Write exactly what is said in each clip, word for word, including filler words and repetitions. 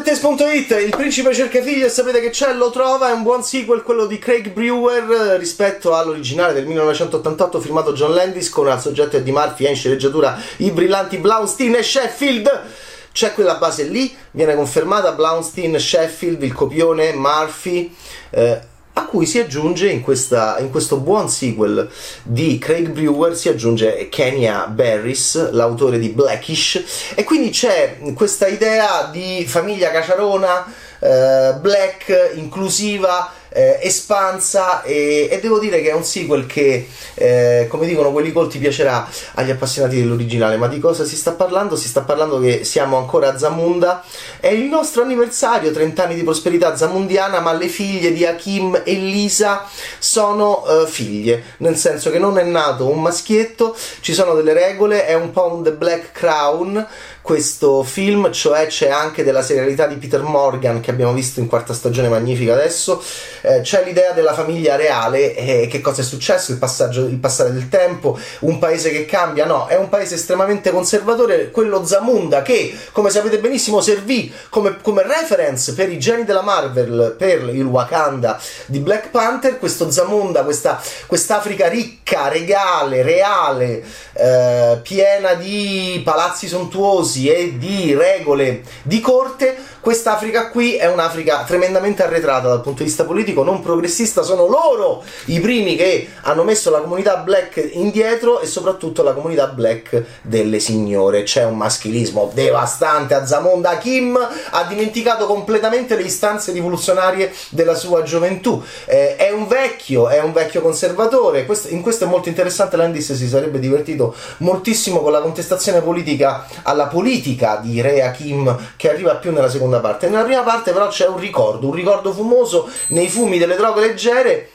Gazzette punto it, Il principe cerca figlio e sapete che c'è, lo trova, è un buon sequel quello di Craig Brewer rispetto all'originale del millenovecentottantotto firmato John Landis con al soggetto Eddie Murphy e in sceneggiatura i brillanti Blaustein e Sheffield. C'è quella base lì, viene confermata Blaustein, Sheffield, il copione, Murphy, eh, a cui si aggiunge in, questa, in questo buon sequel di Craig Brewer si aggiunge Kenya Barris, l'autore di Blackish, e quindi c'è questa idea di famiglia caciarona, eh, black, inclusiva, eh, espansa, e, e devo dire che è un sequel che, eh, come dicono quelli colti, piacerà agli appassionati dell'originale. Ma di cosa si sta parlando? Si sta parlando che siamo ancora a Zamunda, è il nostro anniversario, trenta anni di prosperità zamundiana, ma le figlie di Hakim e Lisa sono uh, figlie, nel senso che non è nato un maschietto, ci sono delle regole, è un po' un The Black Crown questo film, cioè c'è anche della serialità di Peter Morgan che abbiamo visto in quarta stagione, magnifica adesso, eh, c'è l'idea della famiglia reale, eh, che cosa è successo, il passaggio, il passare del tempo, un paese che cambia, no, è un paese estremamente conservatore, quello Zamunda, che come sapete benissimo servì come, come reference per i geni della Marvel, per il Wakanda di Black Panther. Questo Zamunda, questa quest'Africa ricca, regale, reale, eh, piena di palazzi sontuosi e di regole di corte, quest'Africa qui è un'Africa tremendamente arretrata dal punto di vista politico, non progressista, sono loro i primi che hanno messo la comunità black indietro e soprattutto la comunità black delle signore. C'è un maschilismo devastante a Zamunda. Hakim ha dimenticato completamente le istanze rivoluzionarie della sua gioventù, eh, è un vecchio, è un vecchio conservatore. Questo, in questo è molto interessante, Landis si sarebbe divertito moltissimo con la contestazione politica alla politica di Re Hakim, che arriva più nella seconda parte. Nella prima parte però c'è un ricordo, un ricordo fumoso nei fumi delle droghe leggere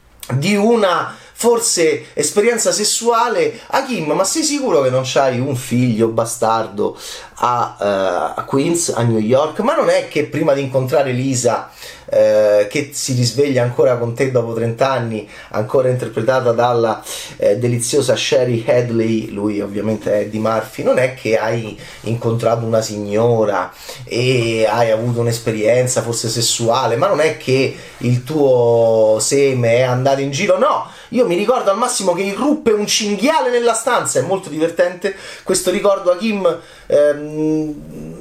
di una forse esperienza sessuale. Hakim, ma sei sicuro che non c'hai un figlio bastardo a, uh, a Queens, a New York? Ma non è che prima di incontrare Lisa, uh, che si risveglia ancora con te dopo trenta anni, ancora interpretata dalla uh, deliziosa Sherry Hadley, lui ovviamente è Eddie Murphy, non è che hai incontrato una signora e hai avuto un'esperienza forse sessuale, ma non è che il tuo seme è andato in giro, no! Io mi ricordo al massimo che irruppe un cinghiale nella stanza, è molto divertente questo ricordo. Hakim ehm,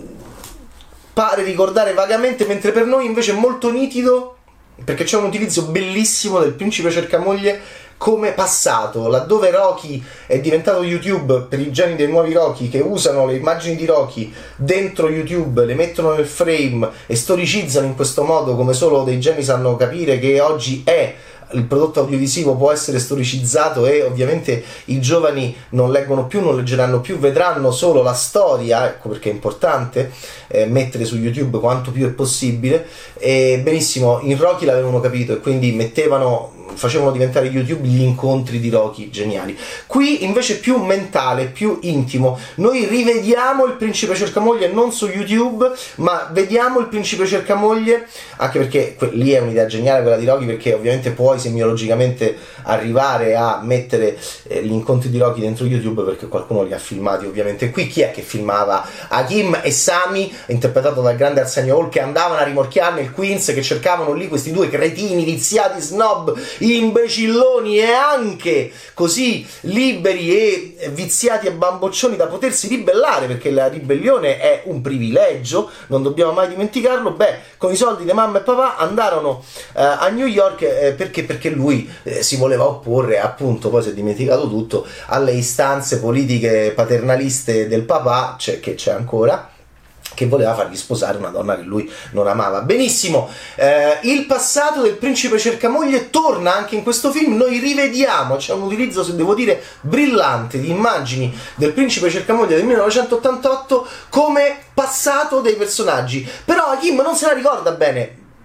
pare ricordare vagamente, mentre per noi invece è molto nitido, perché c'è un utilizzo bellissimo del principe cercamoglie come passato, laddove Rocky è diventato YouTube per i geni dei nuovi Rocky, che usano le immagini di Rocky dentro YouTube, le mettono nel frame e storicizzano in questo modo, come solo dei geni sanno capire che oggi è il prodotto audiovisivo, può essere storicizzato, e ovviamente i giovani non leggono più, non leggeranno più, vedranno solo la storia. Ecco perché è importante eh, mettere su YouTube quanto più è possibile. E benissimo, in Rocky l'avevano capito e quindi mettevano, facevano diventare YouTube gli incontri di Rocky geniali. Qui invece più mentale, più intimo, noi rivediamo il principe cercamoglie non su YouTube, ma vediamo il principe cercamoglie, anche perché lì è un'idea geniale quella di Rocky, perché ovviamente puoi semiologicamente arrivare a mettere eh, gli incontri di Rocky dentro YouTube, perché qualcuno li ha filmati ovviamente. Qui chi è che filmava? Hakim e Sami, interpretato dal grande Arsenio Hall, che andavano a rimorchiare nel Queens, che cercavano lì questi due cretini, viziati, snob, imbecilloni e anche così liberi e viziati e bamboccioni da potersi ribellare, perché la ribellione è un privilegio, non dobbiamo mai dimenticarlo. Beh, con i soldi di mamma e papà andarono eh, a New York eh, perché, perché lui eh, si voleva opporre, appunto, poi si è dimenticato tutto, alle istanze politiche paternaliste del papà, cioè, che c'è ancora, che voleva fargli sposare una donna che lui non amava. Benissimo, eh, il passato del principe cercamoglie torna anche in questo film, noi rivediamo, c'è un utilizzo, se devo dire, brillante di immagini del principe cercamoglie del millenovecentottantotto come passato dei personaggi, però Hakim non se la ricorda bene.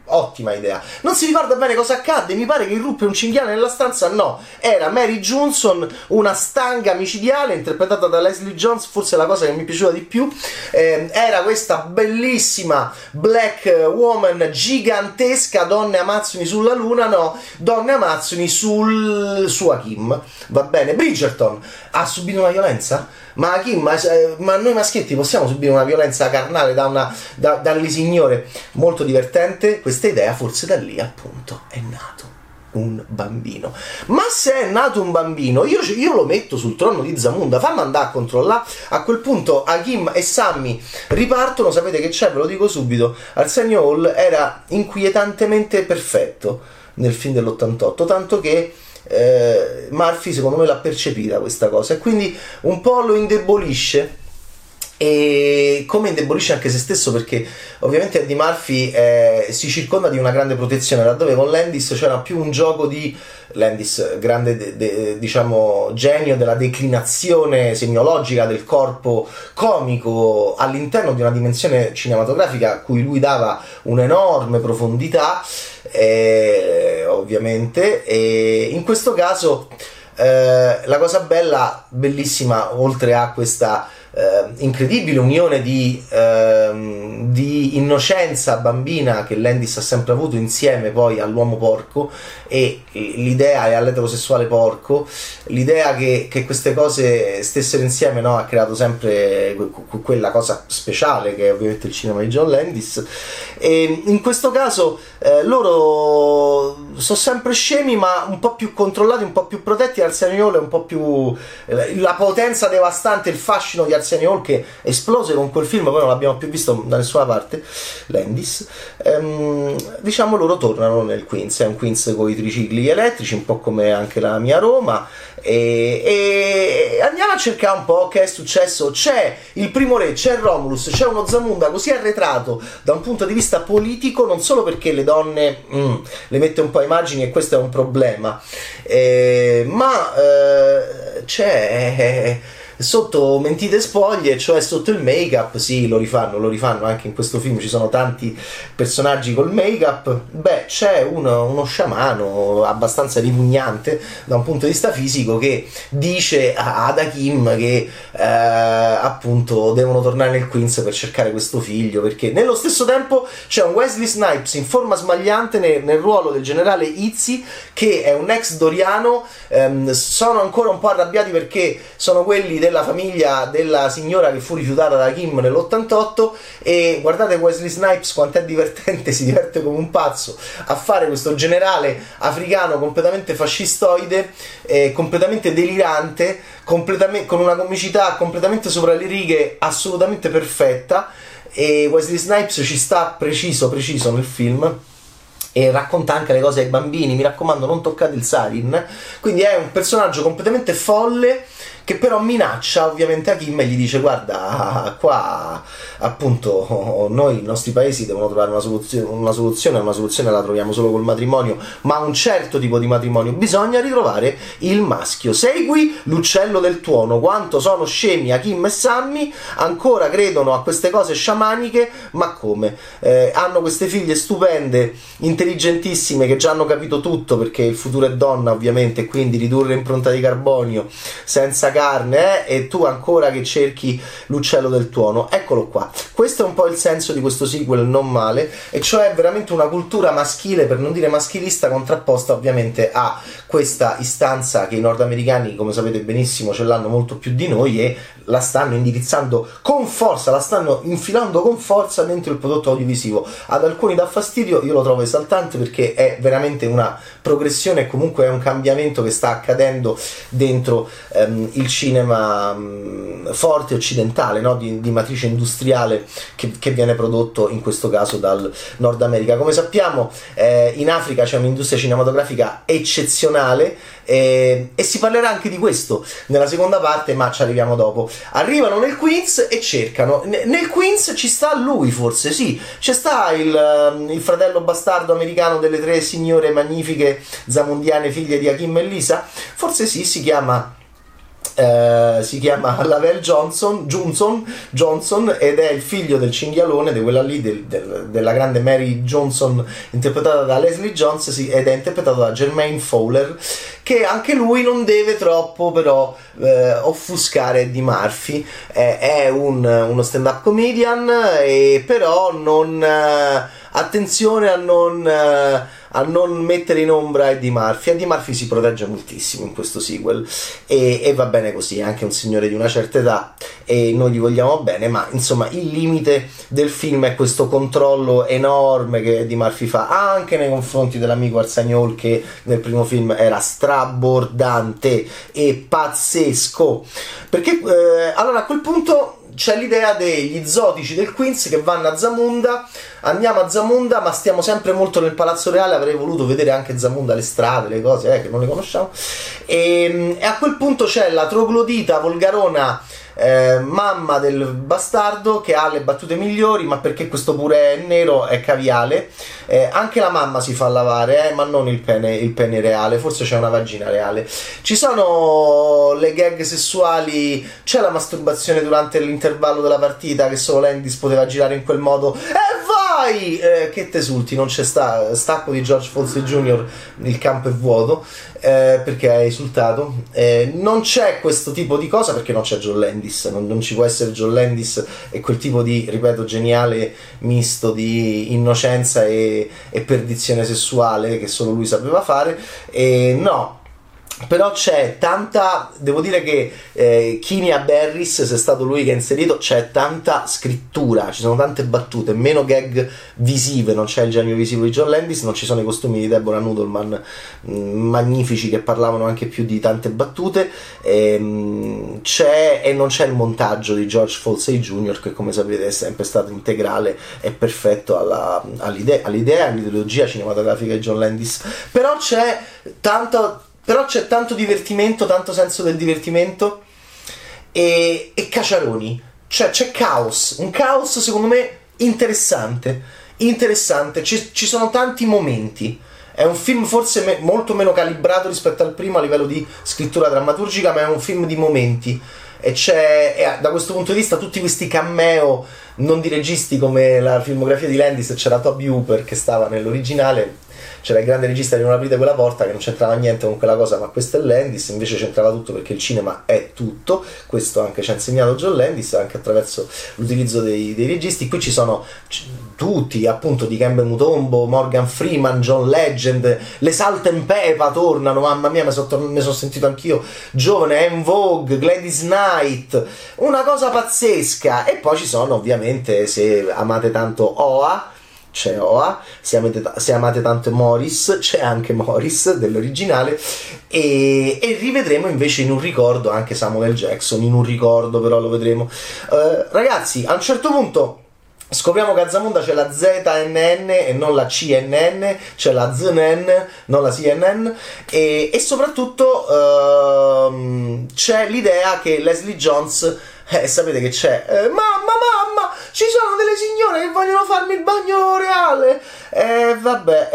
ottima idea. Non si ricorda bene cosa accadde, mi pare che irruppe un cinghiale nella stanza, no, era Mary Johnson, una stanga micidiale interpretata da Leslie Jones, forse la cosa che mi piaceva di più, eh, era questa bellissima black woman gigantesca, donne amazzoni sulla luna, no, donne amazzoni sul su Hakim, va bene. Bridgerton ha subito una violenza? Ma Hakim, ma, ma noi maschietti possiamo subire una violenza carnale da una, da, dalle signore? Molto divertente questa idea, forse da lì appunto è nato un bambino. Ma se è nato un bambino, io, io lo metto sul trono di Zamunda, fammi andare a controllare. A quel punto Hakim e Sammy ripartono, sapete che c'è, ve lo dico subito, Arsenio Hall era inquietantemente perfetto nel film dell'ottantotto, tanto che Eh, Murphy secondo me l'ha percepita questa cosa e quindi un po' lo indebolisce, e come indebolisce anche se stesso, perché ovviamente Eddie Murphy eh, si circonda di una grande protezione, laddove con Landis c'era più un gioco di Landis, grande de, de, diciamo genio della declinazione semiologica del corpo comico all'interno di una dimensione cinematografica a cui lui dava un'enorme profondità, eh, ovviamente, e in questo caso eh, la cosa bella, bellissima, oltre a questa Uh, incredibile unione di, uh, di innocenza bambina che Landis ha sempre avuto insieme poi all'uomo porco, e l'idea, e all'eterosessuale porco, l'idea che, che queste cose stessero insieme, no, ha creato sempre que- quella cosa speciale che è ovviamente il cinema di John Landis. E in questo caso eh, loro sono sempre scemi, ma un po' più controllati, un po' più protetti. Arsenio Hall è un po' più eh, la potenza devastante, il fascino di Arsenio Hall, che esplose con quel film, poi non l'abbiamo più visto da nessuna parte, Landis. Ehm, diciamo loro tornano nel Queens, è un Queens con i tricicli elettrici, un po' come anche la mia Roma, e, e andiamo a cercare un po' che è successo. C'è il primo re, c'è Romulus, c'è uno Zamunda così arretrato da un punto di vista politico, non solo perché le donne mm, le mette un po' ai margini e questo è un problema, eh, ma eh, c'è eh, sotto mentite spoglie, cioè sotto il make-up, sì, lo rifanno, lo rifanno anche in questo film, ci sono tanti personaggi col make-up. Beh, c'è uno, uno sciamano abbastanza ripugnante da un punto di vista fisico che dice ad Hakim che eh, appunto devono tornare nel Queens per cercare questo figlio, perché nello stesso tempo c'è un Wesley Snipes in forma smagliante nel, nel ruolo del generale Izzy, che è un ex doriano. Ehm, sono ancora un po' arrabbiati perché sono quelli della famiglia della signora che fu rifiutata da Kim nell'ottantotto, e guardate Wesley Snipes quanto è divertente, si diverte come un pazzo a fare questo generale africano completamente fascistoide, eh, completamente delirante, completamente, con una comicità completamente sopra le righe, assolutamente perfetta, e Wesley Snipes ci sta preciso preciso nel film e racconta anche le cose ai bambini, mi raccomando non toccate il sarin, quindi è un personaggio completamente folle che però minaccia ovviamente Hakim e gli dice: guarda, qua appunto noi, i nostri paesi devono trovare una soluzione, una soluzione, una soluzione la troviamo solo col matrimonio, ma un certo tipo di matrimonio, bisogna ritrovare il maschio, segui l'uccello del tuono. Quanto sono scemi Hakim e Sammy, ancora credono a queste cose sciamaniche, ma come? Eh, hanno queste figlie stupende, intelligentissime, che già hanno capito tutto, perché il futuro è donna ovviamente, quindi ridurre impronta di carbonio senza carne, eh? E tu ancora che cerchi l'uccello del tuono. Eccolo qua, questo è un po' il senso di questo sequel non male, e cioè veramente una cultura maschile, per non dire maschilista, contrapposta ovviamente a questa istanza che i nordamericani, come sapete benissimo, ce l'hanno molto più di noi e la stanno indirizzando con forza, la stanno infilando con forza dentro il prodotto audiovisivo. Ad alcuni dà fastidio, io lo trovo esaltante perché è veramente una progressione e comunque è un cambiamento che sta accadendo dentro ehm, il cinema mh, forte occidentale, no? di, di matrice industriale che, che viene prodotto in questo caso dal Nord America. Come sappiamo eh, in Africa c'è un'industria cinematografica eccezionale, eh, e si parlerà anche di questo nella seconda parte, ma ci arriviamo dopo. Arrivano nel Queens e cercano, nel Queens ci sta lui, forse sì, c'è sta il, il fratello bastardo americano delle tre signore magnifiche zamundiane figlie di Hakim e Lisa, forse sì, si chiama Uh, si chiama Lavelle Johnson, Johnson Johnson ed è il figlio del cinghialone, di quella lì del, del, della grande Mary Johnson, interpretata da Leslie Jones, sì, ed è interpretato da Jermaine Fowler, che anche lui non deve troppo però eh, offuscare Eddie Murphy. eh, è un, uno stand-up comedian, e però non eh, attenzione a non eh, a non mettere in ombra Eddie Murphy. Eddie Murphy si protegge moltissimo in questo sequel, e, e va bene così, è anche un signore di una certa età e noi gli vogliamo bene, ma insomma il limite del film è questo controllo enorme che Eddie Murphy fa anche nei confronti dell'amico Arsenio Hall, che nel primo film era strabordante e pazzesco, perché eh, allora a quel punto c'è l'idea degli zotici del Queens che vanno a Zamunda. Andiamo a Zamunda, ma stiamo sempre molto nel Palazzo Reale. Avrei voluto vedere anche Zamunda, le strade, le cose eh, che non le conosciamo. E, e a quel punto c'è la troglodita volgarona eh, mamma del bastardo, che ha le battute migliori, ma perché questo pure è nero, è caviale. Eh, anche la mamma si fa lavare, eh, ma non il pene, il pene reale, forse c'è una vagina reale. Ci sono le gag sessuali, c'è la masturbazione durante l'intervallo della partita, che solo Landis poteva girare in quel modo. E vai! Eh, che tesulti, non c'è sta, stacco di George Folsey Junior, il campo è vuoto, eh, perché ha esultato. Eh, non c'è questo tipo di cosa perché non c'è John Landis, non, non ci può essere John Landis e quel tipo di, ripeto, geniale misto di innocenza e, e perdizione sessuale che solo lui sapeva fare. E no, però c'è tanta, devo dire che eh, Kinya Barris, se è stato lui che ha inserito, c'è tanta scrittura, ci sono tante battute, meno gag visive, non c'è il genio visivo di John Landis, non ci sono i costumi di Deborah Noodleman mh, magnifici che parlavano anche più di tante battute, ehm, c'è e non c'è il montaggio di George Folsey Junior che, come sapete, è sempre stato integrale e perfetto alla, all'idea, all'idea, all'ideologia cinematografica di John Landis. Però c'è tanto Però c'è tanto divertimento, tanto senso del divertimento e, e caciaroni. Cioè c'è caos, un caos secondo me interessante, interessante, ci, ci sono tanti momenti. È un film forse me, molto meno calibrato rispetto al primo a livello di scrittura drammaturgica, ma è un film di momenti. E c'è, e da questo punto di vista, tutti questi cameo non di registi come la filmografia di Landis. C'era Toby Hooper che stava nell'originale, c'era il grande regista di Non aprite quella porta che non c'entrava niente con quella cosa, ma questo è Landis, invece c'entrava tutto perché il cinema è tutto. Questo anche ci ha insegnato John Landis, anche attraverso l'utilizzo dei, dei registi. Qui ci sono tutti, appunto, di Kembe Mutombo, Morgan Freeman, John Legend, le Salt and Pepper tornano, mamma mia, mi sono son sentito anch'io giovane, En Vogue, Gladys Knight, una cosa pazzesca. E poi ci sono, ovviamente, se amate tanto Oa, c'è Oa, se amate, se amate tanto Morris, c'è anche Morris dell'originale, e, e rivedremo invece in un ricordo anche Samuel Jackson, in un ricordo però lo vedremo. Uh, ragazzi, a un certo punto scopriamo che a Zamunda c'è la Z N N e non la C N N, c'è la Z N N, non la C N N, e, e soprattutto uh, c'è l'idea che Leslie Jones, eh, sapete che c'è, eh, mamma mamma, ci sono delle signore che vogliono farmi il bagno reale, e eh,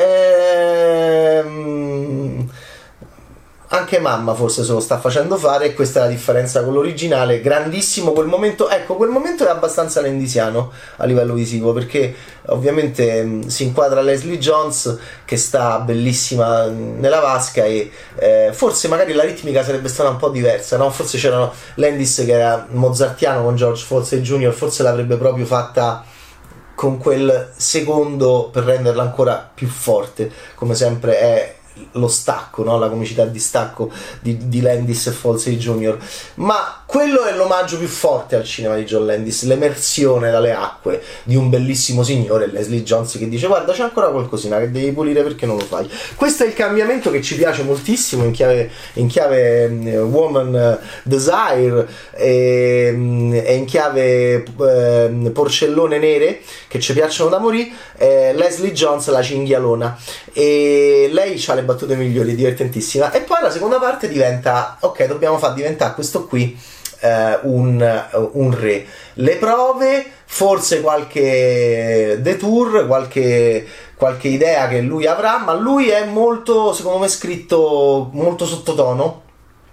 vabbè, ehm... anche mamma forse se lo sta facendo fare, e questa è la differenza con l'originale. Grandissimo quel momento, ecco, quel momento è abbastanza landisiano a livello visivo, perché ovviamente mh, si inquadra Leslie Jones che sta bellissima nella vasca, e eh, forse magari la ritmica sarebbe stata un po' diversa, no? Forse c'erano Landis che era mozartiano con George Folsey Junior, forse l'avrebbe proprio fatta con quel secondo per renderla ancora più forte, come sempre è lo stacco, no? La comicità di stacco di, di Landis e Folsey Junior Ma quello è l'omaggio più forte al cinema di John Landis, l'emersione dalle acque di un bellissimo signore, Leslie Jones, che dice: guarda, c'è ancora qualcosina che devi pulire, perché non lo fai? Questo è il cambiamento che ci piace moltissimo in chiave, in chiave uh, Woman Desire, e, e in chiave uh, porcellone nere, che ci piacciono da morire. eh, Leslie Jones, la cinghialona, e lei ha le battute migliori, divertentissima. E poi la seconda parte diventa: ok, dobbiamo far diventare questo qui eh, un, un re. Le prove, forse qualche detour, qualche, qualche idea che lui avrà, ma lui è molto, secondo me, scritto molto sottotono,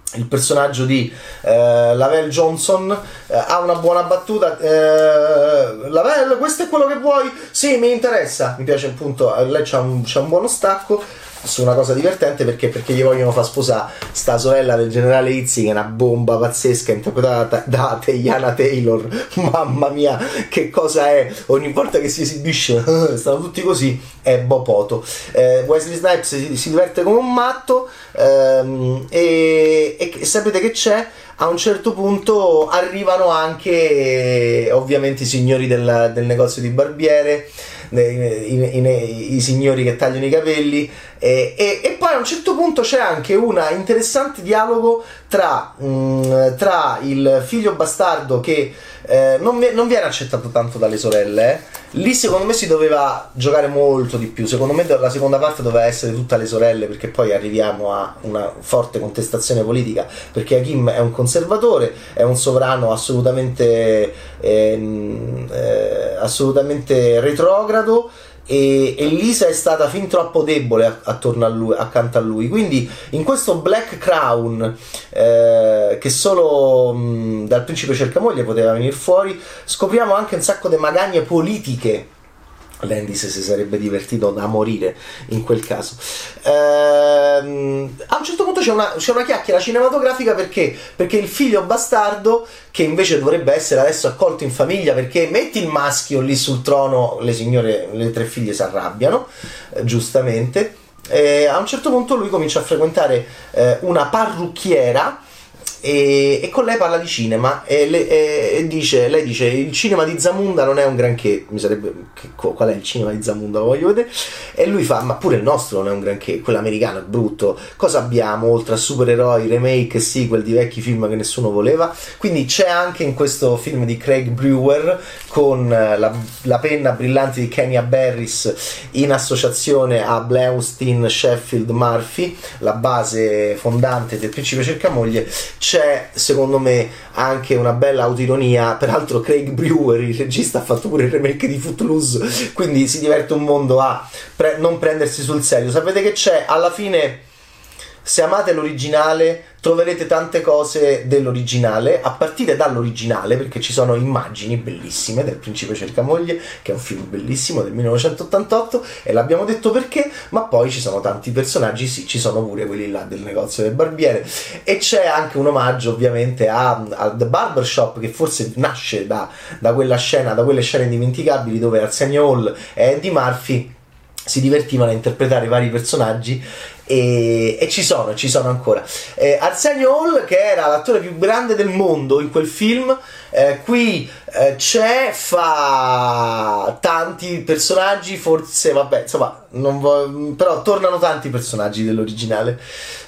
il personaggio di eh, Lavelle Johnson eh, ha una buona battuta. eh, Lavelle, questo è quello che vuoi? Sì, mi interessa, mi piace appunto, lei c'ha un, c'ha un buono stacco su una cosa divertente, perché perché gli vogliono far sposare sta sorella del generale Izzi, che è una bomba pazzesca, interpretata da Teyana Taylor. Mamma mia, che cosa è, ogni volta che si esibisce stanno tutti così, è bopoto. eh, Wesley Snipes si, si diverte come un matto, ehm, e, e sapete che c'è? A un certo punto arrivano anche ovviamente i signori del, del negozio di barbiere, I, i, i, i signori che tagliano i capelli, e, e, e poi a un certo punto c'è anche un interessante dialogo tra, mh, tra il figlio bastardo che eh, non, non viene accettato tanto dalle sorelle. eh. Lì secondo me si doveva giocare molto di più, secondo me la seconda parte doveva essere tutta le sorelle, perché poi arriviamo a una forte contestazione politica, perché Hakim è un conservatore, è un sovrano assolutamente ehm, eh, assolutamente retrogrado, e, e Lisa è stata fin troppo debole attorno a lui, accanto a lui. Quindi in questo Black Crown eh, che solo mh, dal Principe Cercamoglie poteva venire fuori, scopriamo anche un sacco di magagne politiche. Landis si sarebbe divertito da morire in quel caso. Ehm, a un certo punto c'è una, c'è una chiacchiera cinematografica, perché perché il figlio bastardo, che invece dovrebbe essere adesso accolto in famiglia, perché metti il maschio lì sul trono, le signore, le tre figlie si arrabbiano, eh, giustamente. E a un certo punto lui comincia a frequentare eh, una parrucchiera, E, e con lei parla di cinema, e, le, e, e dice, lei dice: il cinema di Zamunda non è un granché. Mi sarebbe, che, qual è il cinema di Zamunda? Lo voglio vedere. E lui fa: ma pure il nostro non è un granché, quello americano è brutto. Cosa abbiamo oltre a supereroi, remake e sequel di vecchi film che nessuno voleva? Quindi c'è anche in questo film di Craig Brewer, con la, la penna brillante di Kenya Barris in associazione a Blaustein, Sheffield, Murphy, la base fondante del Principe Cercamoglie. C'è secondo me anche una bella autoironia. Peraltro Craig Brewer, il regista, ha fatto pure il remake di Footloose, quindi si diverte un mondo a pre- non prendersi sul serio. Sapete che c'è? Alla fine, se amate l'originale, troverete tante cose dell'originale, a partire dall'originale, perché ci sono immagini bellissime del Principe Cercamoglie, che è un film bellissimo del millenovecentottantotto, e l'abbiamo detto perché, ma poi ci sono tanti personaggi, sì, ci sono pure quelli là del negozio del barbiere, e c'è anche un omaggio ovviamente a, a The Barbershop, che forse nasce da, da quella scena, da quelle scene indimenticabili dove Arsenio Hall e Eddie Murphy si divertivano a interpretare vari personaggi. E, e ci sono, ci sono ancora. eh, Arsenio Hall, che era l'attore più grande del mondo in quel film, eh, qui eh, c'è, fa tanti personaggi, forse, vabbè, insomma, non vo- però tornano tanti personaggi dell'originale,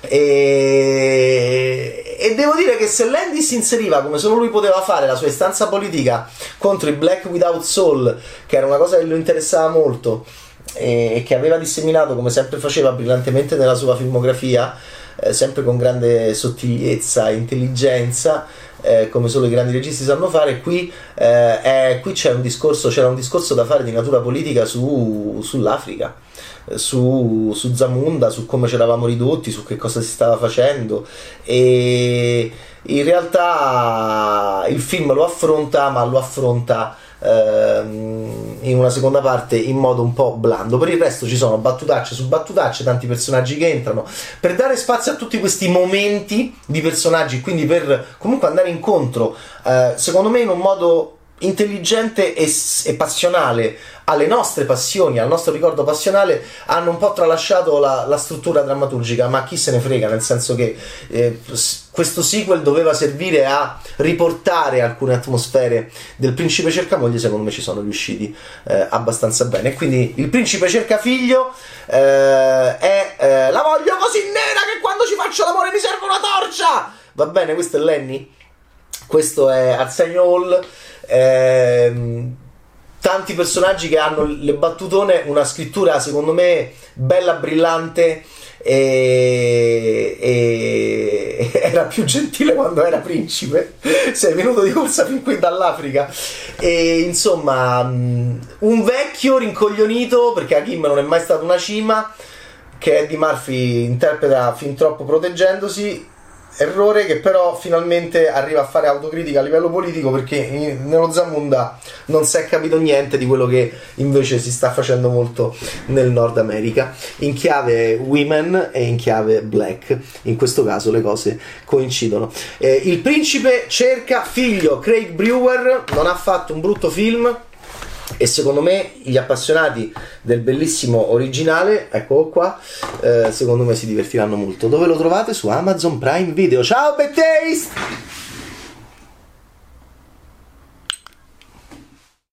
e, e devo dire che se Landis si inseriva, come solo lui poteva fare, la sua istanza politica contro i Black Without Soul, che era una cosa che lo interessava molto e che aveva disseminato, come sempre faceva brillantemente nella sua filmografia, eh, sempre con grande sottigliezza e intelligenza, eh, come solo i grandi registi sanno fare. Qui, eh, è, qui c'è un discorso, c'era un discorso da fare di natura politica su, sull'Africa, su, su Zamunda, su come ci eravamo ridotti, su che cosa si stava facendo, e in realtà il film lo affronta, ma lo affronta in una seconda parte in modo un po' blando. Per il resto ci sono battutacce su battutacce, tanti personaggi che entrano per dare spazio a tutti questi momenti di personaggi, quindi per comunque andare incontro, eh, secondo me in un modo intelligente e, e passionale alle nostre passioni, al nostro ricordo passionale. Hanno un po' tralasciato la, la struttura drammaturgica, ma chi se ne frega, nel senso che eh, questo sequel doveva servire a riportare alcune atmosfere del Principe Cercamoglie. Secondo me ci sono riusciti eh, abbastanza bene, e quindi il Principe Cercafiglio eh, è eh, la voglio così nera che quando ci faccio l'amore mi serve una torcia. Va bene, questo è Lenny, questo è Arsenio Hall. Ehm, tanti personaggi che hanno le battutone, una scrittura secondo me bella, brillante, e, e era più gentile quando era principe. Sei venuto di corsa fin qui dall'Africa, e insomma un vecchio rincoglionito, perché Hakim non è mai stato una cima, che Eddie Murphy interpreta fin troppo proteggendosi, errore che però finalmente arriva a fare autocritica a livello politico, perché nello Zamunda non si è capito niente di quello che invece si sta facendo molto nel Nord America, in chiave women e in chiave black. In questo caso le cose coincidono. Eh, il principe cerca figlio. Craig Brewer non ha fatto un brutto film e secondo me gli appassionati del bellissimo originale, eccolo qua, eh, secondo me si divertiranno molto. Dove lo trovate? Su Amazon Prime Video. Ciao Bad Taste!